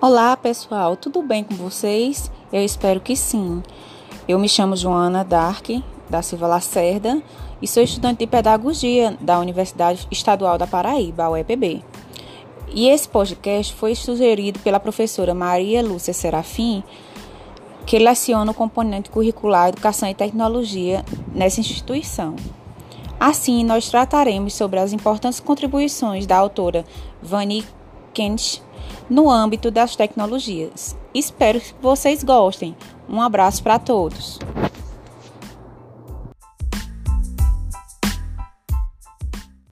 Olá pessoal, tudo bem com vocês? Eu espero que sim. Eu me chamo Joana Dark da Silva Lacerda e sou estudante de Pedagogia da Universidade Estadual da Paraíba, a UEPB. E esse podcast foi sugerido pela professora Maria Lúcia Serafim, que leciona o componente curricular Educação e Tecnologia nessa instituição. Assim, nós trataremos sobre as importantes contribuições da autora Vani Kent no âmbito das tecnologias. Espero que vocês gostem. Um abraço para todos.